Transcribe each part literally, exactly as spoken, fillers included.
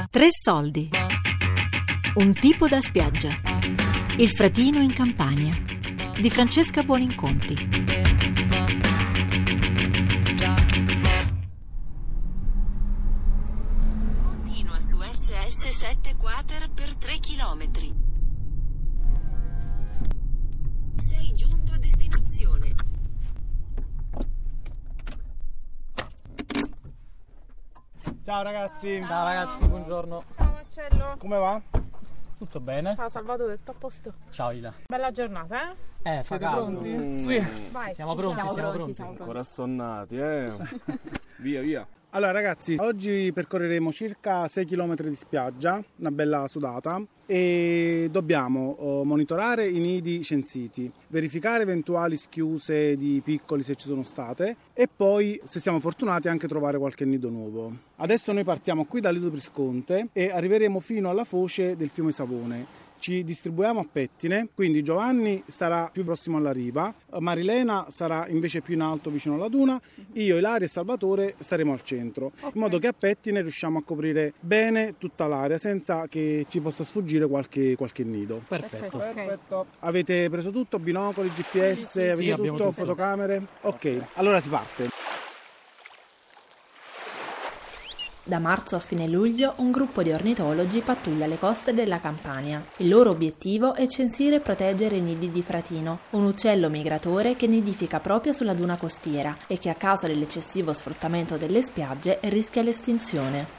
Tre soldi. Un tipo da spiaggia. Il fratino in Campania di Francesca Buoninconti. Continua su S S sette Quater per tre chilometri. Sei giunto a destinazione. Ciao ragazzi. Ciao ragazzi, buongiorno. Ciao Marcello. Come va? Tutto bene? Ciao Salvatore, sto a posto. Ciao Ida. Bella giornata, eh? Eh, fa Siete caldo. pronti? Mm. Sì. Vai. Siamo pronti, siamo, Siamo pronti. siamo pronti. Ancora assonnati, eh? Via, via. Allora ragazzi, oggi percorreremo circa sei chilometri di spiaggia, una bella sudata, e dobbiamo oh, monitorare i nidi censiti, verificare eventuali schiuse di piccoli se ci sono state e poi, se siamo fortunati, anche trovare qualche nido nuovo. Adesso noi partiamo qui da Lido Prisconte e arriveremo fino alla foce del fiume Savone. Ci distribuiamo a pettine, quindi Giovanni sarà più prossimo alla riva, Marilena sarà invece più in alto vicino alla duna, io, Ilaria e Salvatore staremo al centro, okay, in modo che a pettine riusciamo a coprire bene tutta l'area senza che ci possa sfuggire qualche, qualche nido. Perfetto. Ok. Perfetto. Avete preso tutto? Binocoli, G P S, Sì, sì, avete sì, tutto? abbiamo tutto. Fotocamere? Ok, allora si parte. Da marzo a fine luglio un gruppo di ornitologi pattuglia le coste della Campania. Il loro obiettivo è censire e proteggere i nidi di fratino, un uccello migratore che nidifica proprio sulla duna costiera e che a causa dell'eccessivo sfruttamento delle spiagge rischia l'estinzione.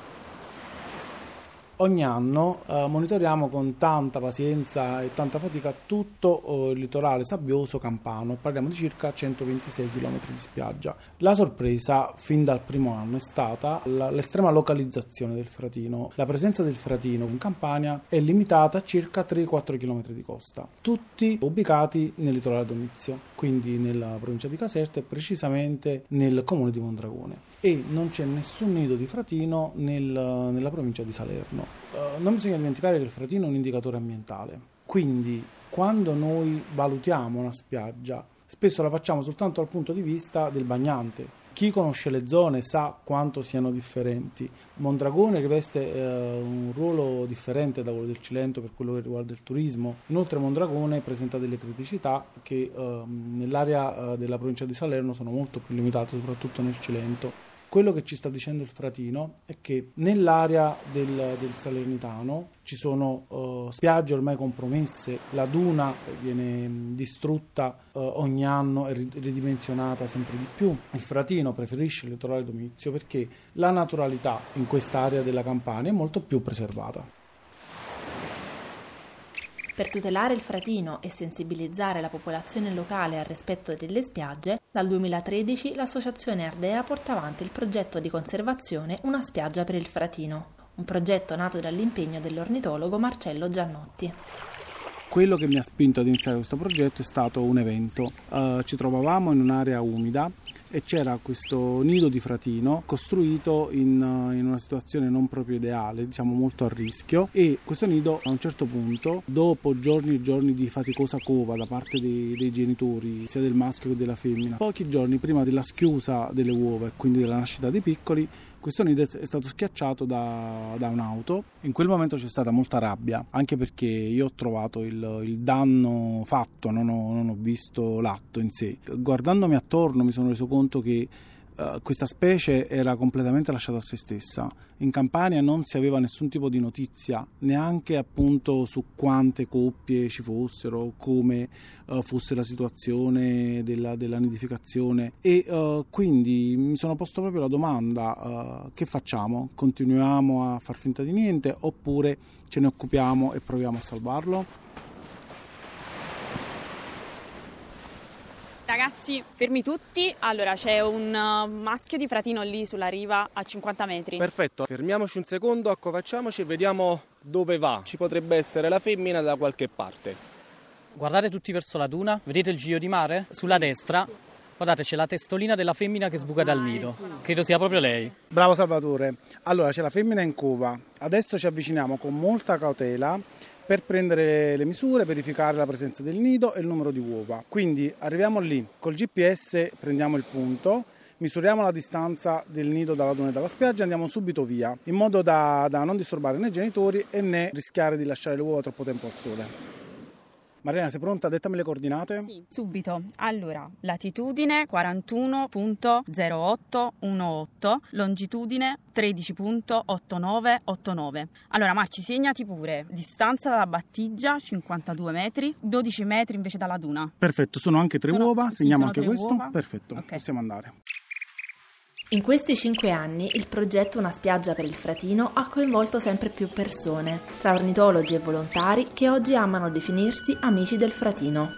Ogni anno eh, monitoriamo con tanta pazienza e tanta fatica tutto eh, il litorale sabbioso campano, parliamo di circa centoventisei chilometri di spiaggia. La sorpresa fin dal primo anno è stata la, l'estrema localizzazione del fratino. La presenza del fratino in Campania è limitata a circa tre quattro chilometri di costa, tutti ubicati nel litorale domizio, quindi nella provincia di Caserta e precisamente nel comune di Mondragone. E non c'è nessun nido di fratino nel, nella provincia di Salerno. Uh, non bisogna dimenticare che il fratino è un indicatore ambientale, quindi quando noi valutiamo una spiaggia spesso la facciamo soltanto dal punto di vista del bagnante. Chi conosce le zone sa quanto siano differenti. Mondragone riveste eh, un ruolo differente da quello del Cilento per quello che riguarda il turismo. Inoltre Mondragone presenta delle criticità che eh, nell'area eh, della provincia di Salerno sono molto più limitate, soprattutto nel Cilento. Quello che ci sta dicendo il fratino è che nell'area del, del Salernitano ci sono uh, spiagge ormai compromesse, la duna viene mh, distrutta uh, ogni anno e ridimensionata sempre di più. Il fratino preferisce il litorale domizio perché la naturalità in quest'area della Campania è molto più preservata. Per tutelare il fratino e sensibilizzare la popolazione locale al rispetto delle spiagge, dal duemilatredici l'associazione Ardea porta avanti il progetto di conservazione Una spiaggia per il fratino, un progetto nato dall'impegno dell'ornitologo Marcello Giannotti. Quello che mi ha spinto ad iniziare questo progetto è stato un evento. Uh, ci trovavamo in un'area umida e c'era questo nido di fratino costruito in, in una situazione non proprio ideale, diciamo molto a rischio, e questo nido a un certo punto, dopo giorni e giorni di faticosa cova da parte dei, dei genitori, sia del maschio che della femmina, pochi giorni prima della schiusa delle uova e quindi della nascita dei piccoli, questo nido è stato schiacciato da, da un'auto. In quel momento c'è stata molta rabbia, anche perché io ho trovato il, il danno fatto, non ho, non ho visto l'atto in sé. Guardandomi attorno mi sono reso conto che uh, questa specie era completamente lasciata a se stessa. In Campania non si aveva nessun tipo di notizia, neanche appunto su quante coppie ci fossero, come uh, fosse la situazione della, della nidificazione, e uh, quindi mi sono posto proprio la domanda: uh, che facciamo? Continuiamo a far finta di niente oppure ce ne occupiamo e proviamo a salvarlo? Ragazzi, fermi tutti. Allora, c'è un uh, maschio di fratino lì sulla riva a cinquanta metri. Perfetto, fermiamoci un secondo, accovacciamoci e vediamo dove va. Ci potrebbe essere la femmina da qualche parte. Guardate tutti verso la duna, vedete il giro di mare? Sulla destra, guardate, c'è la testolina della femmina che sbuca dal nido. Credo sia proprio lei. Bravo Salvatore. Allora, c'è la femmina in cova. Adesso ci avviciniamo con molta cautela per prendere le misure, verificare la presenza del nido e il numero di uova. Quindi arriviamo lì, col G P S prendiamo il punto, misuriamo la distanza del nido dalla duna e dalla spiaggia e andiamo subito via, in modo da, da non disturbare né i genitori e né rischiare di lasciare le uova troppo tempo al sole. Mariana, sei pronta? Dettami le coordinate. Sì, subito. Allora, latitudine quarantuno virgola zero otto diciotto, longitudine tredici virgola ottantanove ottantanove. Allora, ma ci segnati pure distanza dalla battigia cinquantadue metri, dodici metri invece dalla duna. Perfetto, sono anche tre sono, uova, sì, segniamo sono anche tre questo. Uova. Perfetto, okay. Possiamo andare. In questi cinque anni il progetto Una spiaggia per il Fratino ha coinvolto sempre più persone, tra ornitologi e volontari che oggi amano definirsi amici del Fratino.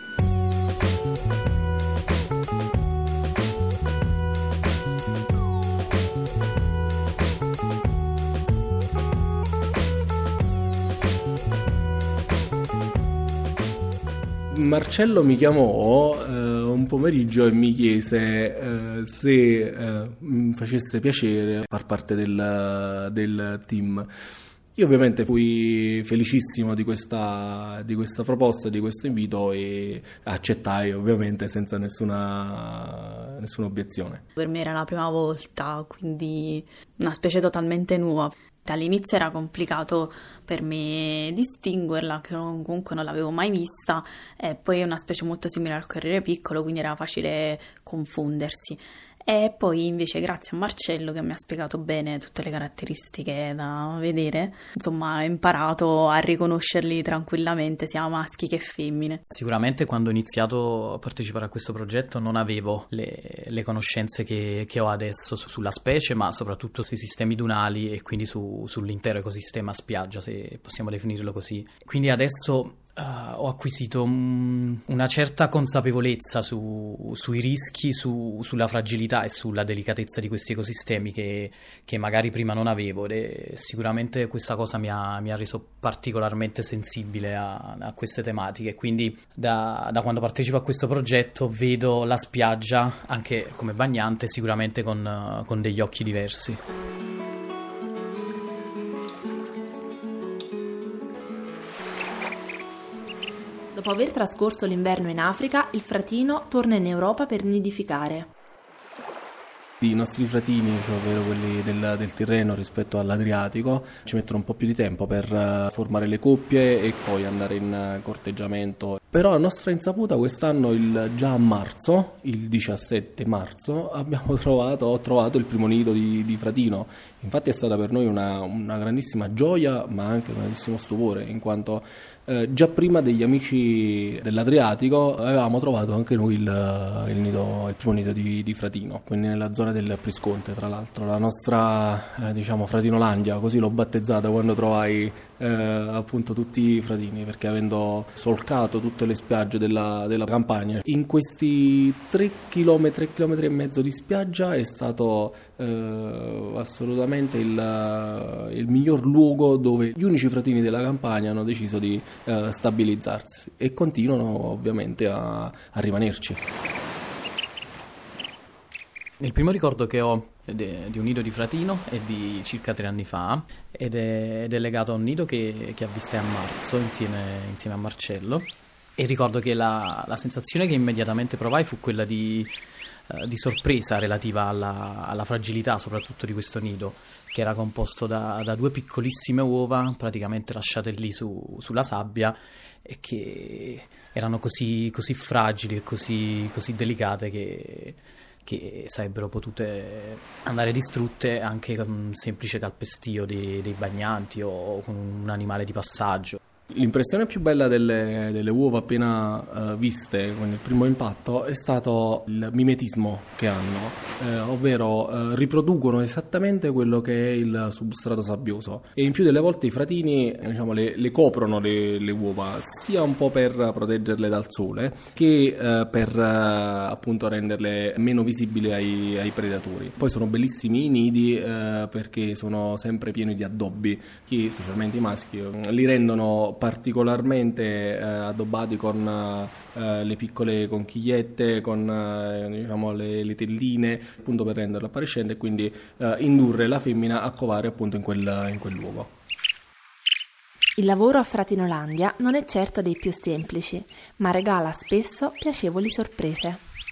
Marcello mi chiamò eh, un pomeriggio e mi chiese eh, se eh, mi facesse piacere far parte del, del team. Io ovviamente fui felicissimo di questa, di questa proposta, di questo invito e accettai ovviamente senza nessuna, nessuna obiezione. Per me era la prima volta, quindi una specie totalmente nuova. All'inizio era complicato per me distinguerla, che non, comunque non l'avevo mai vista, e poi è una specie molto simile al Corriere Piccolo, quindi era facile confondersi. E poi invece grazie a Marcello che mi ha spiegato bene tutte le caratteristiche da vedere, insomma ho imparato a riconoscerli tranquillamente sia maschi che femmine. Sicuramente quando ho iniziato a partecipare a questo progetto non avevo le, le conoscenze che, che ho adesso su, sulla specie, ma soprattutto sui sistemi dunali e quindi su, sull'intero ecosistema spiaggia, se possiamo definirlo così. Quindi adesso Uh, ho acquisito um, una certa consapevolezza su, sui rischi, su, sulla fragilità e sulla delicatezza di questi ecosistemi che, che magari prima non avevo, e sicuramente questa cosa mi ha, mi ha reso particolarmente sensibile a, a queste tematiche. Quindi da, da quando partecipo a questo progetto vedo la spiaggia anche come bagnante sicuramente con, uh, con degli occhi diversi. Dopo aver trascorso l'inverno in Africa, il Fratino torna in Europa per nidificare. I nostri fratini, cioè ovvero quelli del, del Tirreno rispetto all'Adriatico, ci mettono un po' più di tempo per uh, formare le coppie e poi andare in uh, corteggiamento. Però a nostra insaputa quest'anno, il, già a marzo, il diciassette marzo, abbiamo trovato, ho trovato il primo nido di, di fratino. Infatti è stata per noi una, una grandissima gioia, ma anche un grandissimo stupore, in quanto eh, già prima degli amici dell'Adriatico avevamo trovato anche noi il, il, nido, il primo nido di, di fratino, quindi nella zona del Prisconte, tra l'altro la nostra eh, diciamo Fratinolandia, così l'ho battezzata quando trovai eh, appunto tutti i fratini, perché avendo solcato tutte le spiagge della, della Campania, in questi tre chilometri, tre chilometri e mezzo di spiaggia è stato eh, assolutamente il, il miglior luogo dove gli unici fratini della Campania hanno deciso di eh, stabilizzarsi e continuano ovviamente a, a rimanerci. Il primo ricordo che ho di un nido di fratino è di circa tre anni fa ed è, ed è legato a un nido che, che avvistai a marzo insieme, insieme a Marcello, e ricordo che la, la sensazione che immediatamente provai fu quella di, uh, di sorpresa relativa alla, alla fragilità soprattutto di questo nido, che era composto da, da due piccolissime uova praticamente lasciate lì su, sulla sabbia e che erano così, così fragili e così, così delicate che che sarebbero potute andare distrutte anche con un semplice calpestio dei, dei bagnanti o con un animale di passaggio. L'impressione più bella delle, delle uova appena uh, viste con il primo impatto è stato il mimetismo che hanno, eh, ovvero uh, riproducono esattamente quello che è il substrato sabbioso, e in più delle volte i fratini eh, diciamo, le, le coprono le, le uova, sia un po' per proteggerle dal sole che uh, per uh, appunto renderle meno visibili ai, ai predatori. Poi sono bellissimi i nidi uh, perché sono sempre pieni di addobbi che specialmente i maschi li rendono particolarmente eh, addobbati con eh, le piccole conchigliette, con eh, diciamo le, le telline, appunto per renderla appariscente e quindi eh, indurre la femmina a covare appunto in quel, in quel luogo. Il lavoro a Fratinolandia non è certo dei più semplici, ma regala spesso piacevoli sorprese.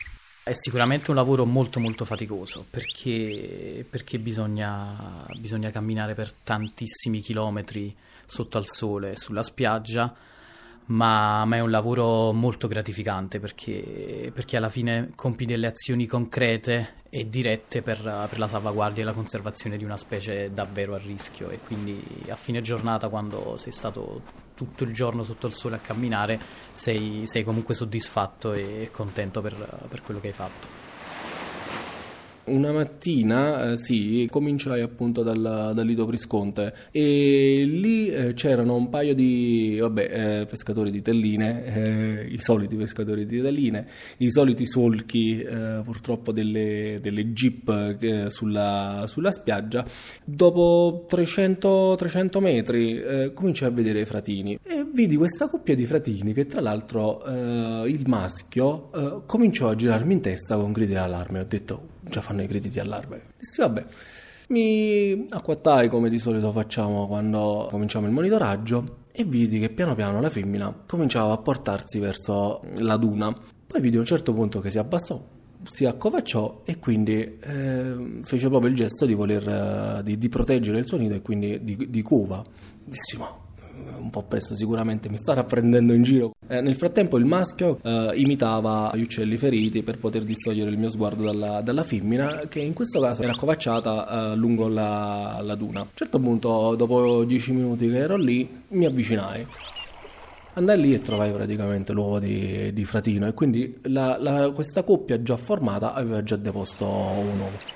È sicuramente un lavoro molto molto faticoso perché, perché bisogna, bisogna camminare per tantissimi chilometri sotto al sole sulla spiaggia, ma, ma è un lavoro molto gratificante perché, perché alla fine compi delle azioni concrete e dirette per, per la salvaguardia e la conservazione di una specie davvero a rischio, e quindi a fine giornata, quando sei stato tutto il giorno sotto il sole a camminare, sei, sei comunque soddisfatto e contento per, per quello che hai fatto. Una mattina, eh, sì, cominciai appunto dal, dal Lido Prisconte e lì eh, c'erano un paio di, vabbè, eh, pescatori di telline, eh, i soliti pescatori di telline, i soliti solchi, eh, purtroppo delle, delle jeep eh, sulla, sulla spiaggia. Dopo trecento, trecento metri eh, cominciai a vedere i fratini e vidi questa coppia di fratini che, tra l'altro, eh, il maschio eh, cominciò a girarmi in testa con gridi d'allarme. Ho detto: già fanno i gridi di allarme. Dissi vabbè, mi acquattai come di solito facciamo quando cominciamo il monitoraggio e vidi che piano piano la femmina cominciava a portarsi verso la duna. Poi vidi a un certo punto che si abbassò, si accovacciò e quindi eh, fece proprio il gesto di voler di, di proteggere il suo nido e quindi di, di cuva. Dissi ma un po' presto sicuramente mi starà prendendo in giro. Eh, nel frattempo il maschio eh, imitava gli uccelli feriti per poter distogliere il mio sguardo dalla, dalla femmina, che in questo caso era accovacciata eh, lungo la, la duna. A un certo punto, dopo dieci minuti che ero lì, mi avvicinai. Andai lì e trovai praticamente l'uovo di, di fratino, e quindi la, la, questa coppia già formata aveva già deposto un uovo.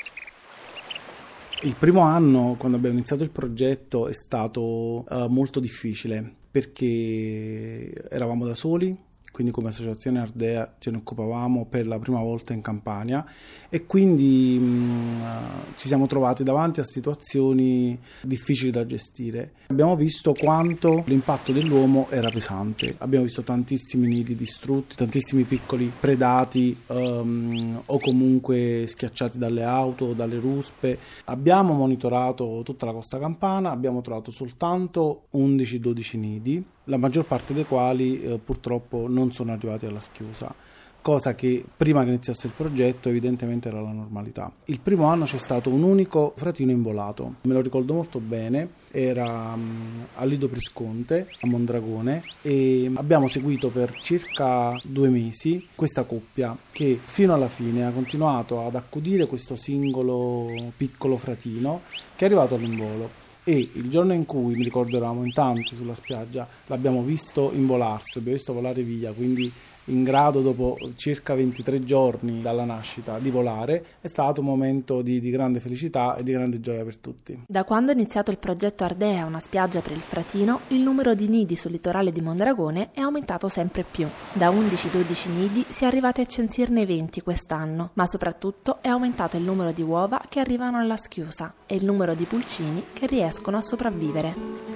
Il primo anno, quando abbiamo iniziato il progetto, è stato uh, molto difficile perché eravamo da soli, quindi come associazione Ardea ce ne occupavamo per la prima volta in Campania, e quindi mh, ci siamo trovati davanti a situazioni difficili da gestire. Abbiamo visto quanto l'impatto dell'uomo era pesante, abbiamo visto tantissimi nidi distrutti, tantissimi piccoli predati um, o comunque schiacciati dalle auto, dalle ruspe. Abbiamo monitorato tutta la costa campana, abbiamo trovato soltanto undici dodici nidi, la maggior parte dei quali eh, purtroppo non sono arrivati alla schiusa, cosa che prima che iniziasse il progetto evidentemente era la normalità. Il primo anno c'è stato un unico fratino involato, me lo ricordo molto bene, era um, a Lido Prisconte, a Mondragone, e abbiamo seguito per circa due mesi questa coppia che fino alla fine ha continuato ad accudire questo singolo piccolo fratino che è arrivato all'involo. E il giorno in cui, mi ricordo, eravamo in tanti sulla spiaggia, l'abbiamo visto involarsi, l'abbiamo visto volare via, quindi in grado dopo circa ventitré giorni dalla nascita di volare. È stato un momento di, di grande felicità e di grande gioia per tutti. Da quando è iniziato il progetto Ardea, una spiaggia per il fratino, il numero di nidi sul litorale di Mondragone è aumentato sempre più. Da undici dodici nidi si è arrivati a censirne venti quest'anno, ma soprattutto è aumentato il numero di uova che arrivano alla schiusa e il numero di pulcini che riescono a sopravvivere.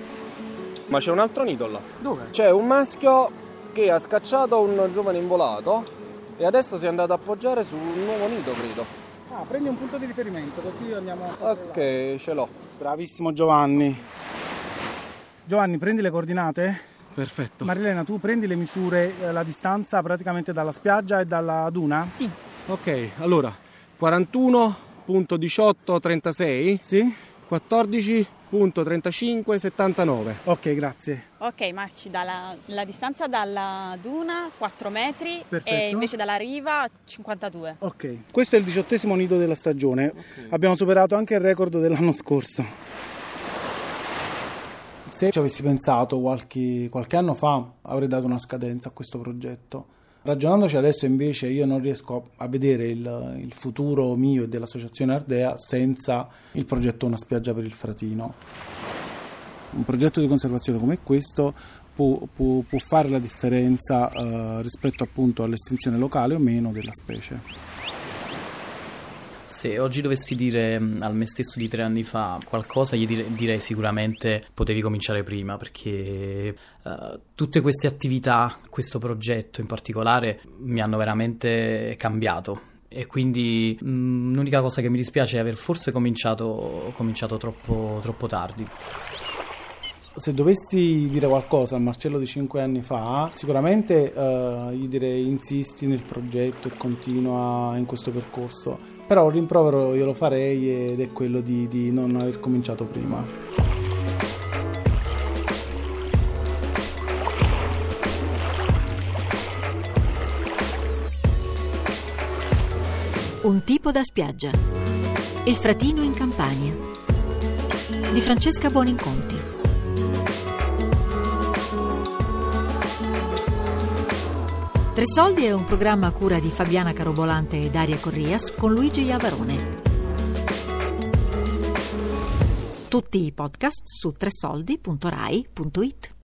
Ma c'è un altro nido là. Dove? C'è un maschio che ha scacciato un giovane involato e adesso si è andato a appoggiare su un nuovo nido, credo. Ah, prendi un punto di riferimento così andiamo a... Ok, ce l'ho. Bravissimo Giovanni. Giovanni, prendi le coordinate? Perfetto. Marilena, tu prendi le misure, eh, la distanza praticamente dalla spiaggia e dalla duna? Sì. Ok, allora quarantuno punto diciotto trentasei. Sì. quattordici punto trentacinque settantanove. Ok, grazie. Ok, Marci, dalla, la distanza dalla duna quattro metri. Perfetto. E invece dalla riva cinquantadue. Ok, questo è il diciottesimo nido della stagione. Okay. Abbiamo superato anche il record dell'anno scorso. Se ci avessi pensato qualche, qualche anno fa, avrei dato una scadenza a questo progetto. Ragionandoci adesso invece io non riesco a vedere il, il futuro mio e dell'associazione Ardea senza il progetto Una spiaggia per il fratino. Un progetto di conservazione come questo può, può, può fare la differenza eh, rispetto appunto all'estinzione locale o meno della specie. Se oggi dovessi dire al me stesso di tre anni fa qualcosa, gli dire, direi sicuramente potevi cominciare prima, perché uh, tutte queste attività, questo progetto in particolare, mi hanno veramente cambiato. E quindi mh, l'unica cosa che mi dispiace è aver forse cominciato, cominciato troppo, troppo tardi. Se dovessi dire qualcosa al Marcello di cinque anni fa, sicuramente eh, gli direi insisti nel progetto e continua in questo percorso, però un rimprovero io lo farei ed è quello di, di non aver cominciato prima. Un tipo da spiaggia. Il fratino in Campania di Francesca Buoninconti. Tre Soldi è un programma a cura di Fabiana Carobolante e Daria Corrias con Luigi Iavarone. Tutti i podcast su tresoldi punto rai punto it.